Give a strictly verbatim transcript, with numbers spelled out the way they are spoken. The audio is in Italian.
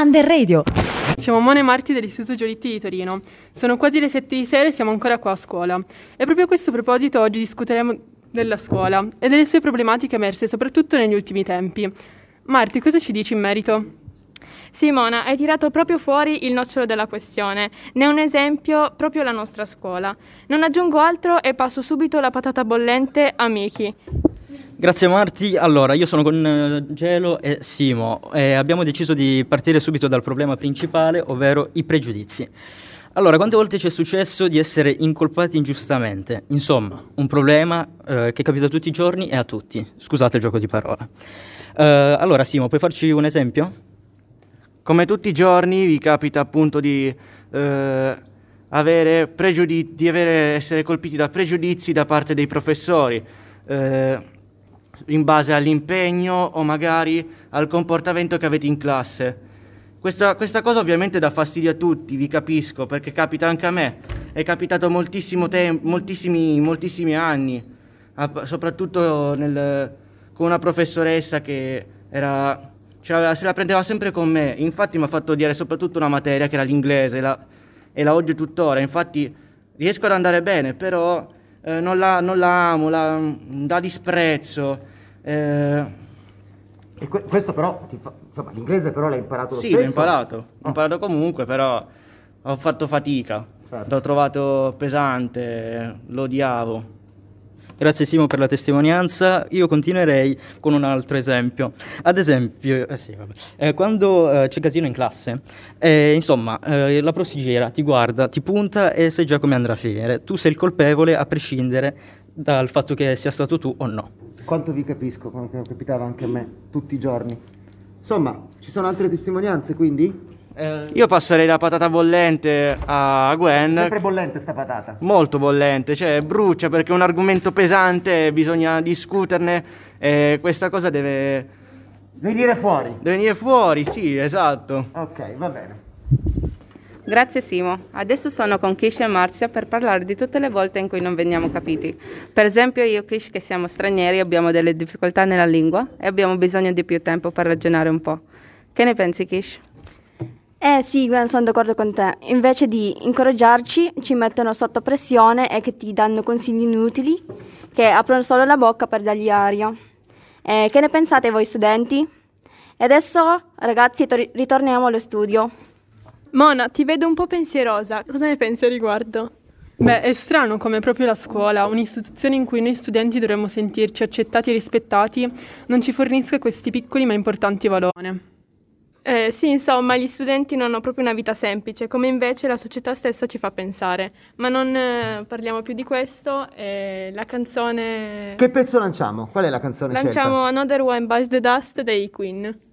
Under Radio. Siamo Mona e Marti dell'Istituto Giolitti di Torino. Sono quasi le sette di sera e siamo ancora qua a scuola. E proprio a questo proposito oggi discuteremo della scuola e delle sue problematiche emerse soprattutto negli ultimi tempi. Marti, cosa ci dici in merito? Sì, Mona, hai tirato proprio fuori il nocciolo della questione. Ne è un esempio proprio la nostra scuola. Non aggiungo altro e passo subito la patata bollente a Miki. Grazie Marti. Allora, io sono con eh, Gelo e Simo e abbiamo deciso di partire subito dal problema principale, ovvero i pregiudizi. Allora, quante volte ci è successo di essere incolpati ingiustamente? Insomma, un problema eh, che capita tutti i giorni e a tutti. Scusate il gioco di parole. Uh, allora, Simo, puoi farci un esempio? Come tutti i giorni vi capita appunto di, eh, avere pregiudizi, di avere, essere colpiti da pregiudizi da parte dei professori, eh, in base all'impegno o magari al comportamento che avete in classe. Questa, questa cosa ovviamente dà fastidio a tutti, vi capisco, perché capita anche a me. È capitato moltissimo tempo, moltissimi, moltissimi anni, a, soprattutto nel, con una professoressa che era, cioè, se la prendeva sempre con me. Infatti mi ha fatto odiare soprattutto una materia che era l'inglese, la, e la odio tuttora. Infatti riesco ad andare bene, però eh, non, la, non la amo, la, da disprezzo. Eh, E que- questo però, ti fa- insomma, l'inglese però l'hai imparato lo sì, stesso? l'ho imparato, l'ho Oh. imparato comunque, però ho fatto fatica, Certo. l'ho trovato pesante, lo odiavo. Grazie Simo per la testimonianza. Io continuerei con un altro esempio. Ad esempio, eh sì, vabbè. Eh, quando eh, c'è casino in classe, eh, insomma, eh, la prof si gira, ti guarda, ti punta e sai già come andrà a finire. Tu sei il colpevole a prescindere dal fatto che sia stato tu o no. Quanto vi capisco, come capitava anche a me, tutti i giorni. Insomma, ci sono altre testimonianze quindi? Eh, Io passerei la patata bollente a Gwen. Sempre bollente sta patata. Molto bollente, cioè brucia perché è un argomento pesante, bisogna discuterne e questa cosa deve Venire fuori. deve venire fuori, sì, esatto. Ok, va bene. Grazie Simo. Adesso sono con Kish e Marzia per parlare di tutte le volte in cui non veniamo capiti. Per esempio io e Kish, che siamo stranieri, abbiamo delle difficoltà nella lingua e abbiamo bisogno di più tempo per ragionare un po'. Che ne pensi, Kish? Eh sì, Gwen, sono d'accordo con te. Invece di incoraggiarci, ci mettono sotto pressione e che ti danno consigli inutili, che aprono solo la bocca per dargli aria. Eh, che ne pensate voi studenti? E adesso, ragazzi, tor- ritorniamo allo studio. Mona, ti vedo un po' pensierosa. Cosa ne pensi a riguardo? Beh, è strano come proprio la scuola, un'istituzione in cui noi studenti dovremmo sentirci accettati e rispettati, non ci fornisca questi piccoli ma importanti valori. Eh, sì, insomma, gli studenti non hanno proprio una vita semplice, come invece la società stessa ci fa pensare. Ma non eh, parliamo più di questo. Eh, la canzone... Che pezzo lanciamo? Qual è la canzone Lanciamo scelta? Another One Bites the Dust dei Queen.